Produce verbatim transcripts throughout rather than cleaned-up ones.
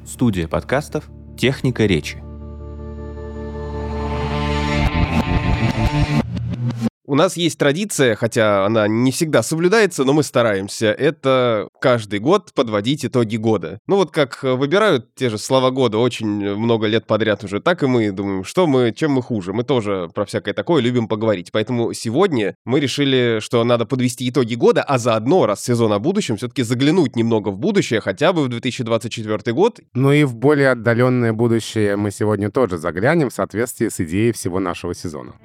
Студия подкастов «Техника речи». У нас есть традиция, хотя она не всегда соблюдается, но мы стараемся. Это каждый год подводить итоги года. Ну вот как выбирают те же слова года очень много лет подряд уже, так и мы думаем, что мы, чем мы хуже. Мы тоже про всякое такое любим поговорить. Поэтому сегодня мы решили, что надо подвести итоги года, а заодно, раз сезон о будущем, все-таки заглянуть немного в будущее, хотя бы в две тысячи двадцать четвёртый год. Ну и в более отдаленное будущее мы сегодня тоже заглянем в соответствии с идеей всего нашего сезона.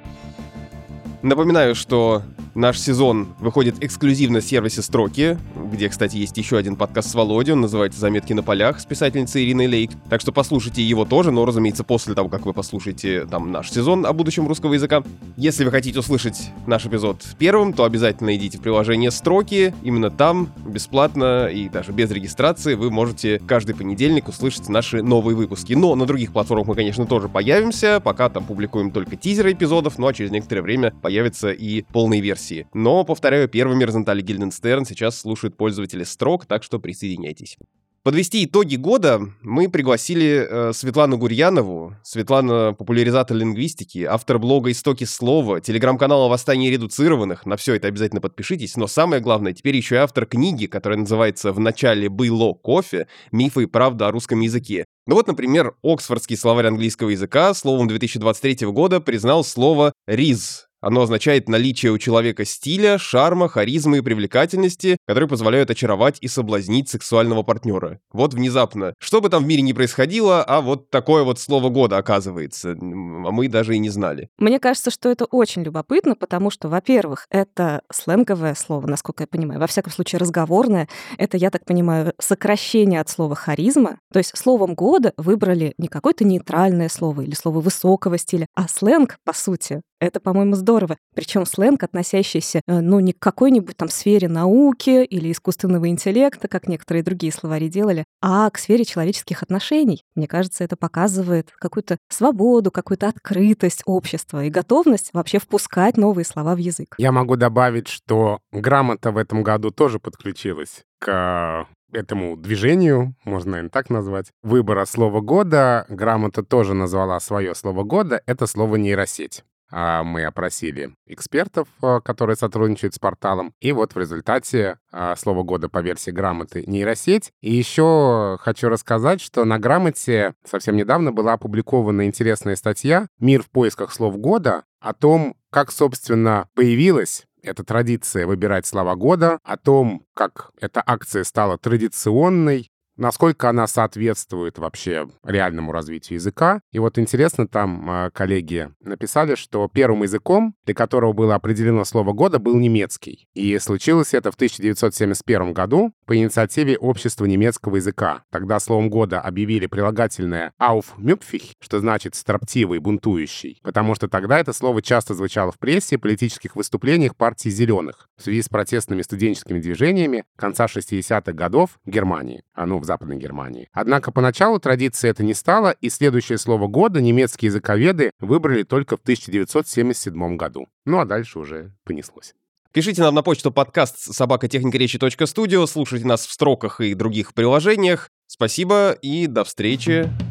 Напоминаю, что наш сезон выходит эксклюзивно в сервисе «Строки», где, кстати, есть еще один подкаст с Володей, он называется «Заметки на полях» с писательницей Ириной Лейк. Так что послушайте его тоже, но, разумеется, после того, как вы послушаете там наш сезон о будущем русского языка. Если вы хотите услышать наш эпизод первым, то обязательно идите в приложение «Строки». Именно там, бесплатно и даже без регистрации, вы можете каждый понедельник услышать наши новые выпуски. Но на других платформах мы, конечно, тоже появимся, пока там публикуем только тизеры эпизодов, ну а через некоторое время появятся и полные версии. Но, повторяю, первыми Розенталь и Гильденстерн сейчас слушают пользователи «Строк», так что присоединяйтесь. Подвести итоги года мы пригласили э, Светлану Гурьянову. Светлана — популяризатор лингвистики, автор блога «Истоки слова», телеграм-канала «Восстание редуцированных». На все это обязательно подпишитесь. Но самое главное, теперь еще и автор книги, которая называется «В начале было кофе. Мифы и правда о русском языке». Ну вот, например, Оксфордский словарь английского языка словом две тысячи двадцать третьего года признал слово «риз». Оно означает наличие у человека стиля, шарма, харизмы и привлекательности, которые позволяют очаровать и соблазнить сексуального партнера. Вот внезапно. Что бы там в мире ни происходило, а вот такое вот слово года оказывается. А мы даже и не знали. Мне кажется, что это очень любопытно, потому что, во-первых, это сленговое слово, насколько я понимаю. Во всяком случае, разговорное. Это, я так понимаю, сокращение от слова харизма. То есть словом года выбрали не какое-то нейтральное слово или слово высокого стиля, а сленг, по сути. Это, по-моему, здорово. Причем сленг, относящийся, ну, не к какой-нибудь там сфере науки или искусственного интеллекта, как некоторые другие словари делали, а к сфере человеческих отношений. Мне кажется, это показывает какую-то свободу, какую-то открытость общества и готовность вообще впускать новые слова в язык. Я могу добавить, что грамота в этом году тоже подключилась к этому движению, можно, наверное, так назвать, выбора слова года. Грамота тоже назвала свое слово года. Это слово «нейросеть». Мы опросили экспертов, которые сотрудничают с порталом, и вот в результате слово года по версии грамоты — нейросеть. И еще хочу рассказать, что на грамоте совсем недавно была опубликована интересная статья «Мир в поисках слов года» о том, как, собственно, появилась эта традиция выбирать слова года, о том, как эта акция стала традиционной, насколько она соответствует вообще реальному развитию языка. И вот интересно, там э, коллеги написали, что первым языком, для которого было определено слово года, был немецкий. И случилось это в тысяча девятьсот семьдесят первом году по инициативе Общества немецкого языка. Тогда словом года объявили прилагательное «aufmüpfig», что значит «строптивый, бунтующий», потому что тогда это слово часто звучало в прессе и политических выступлениях партии «Зеленых» в связи с протестными студенческими движениями конца шестидесятых годов в Германии, а ну, в Западной Германии. Однако поначалу традиции это не стало, и следующее слово года немецкие языковеды выбрали только в тысяча девятьсот семьдесят седьмом году. Ну а дальше уже понеслось. Пишите нам на почту подкаст собака техника речи точка студио, слушайте нас в Строках и других приложениях. Спасибо и до встречи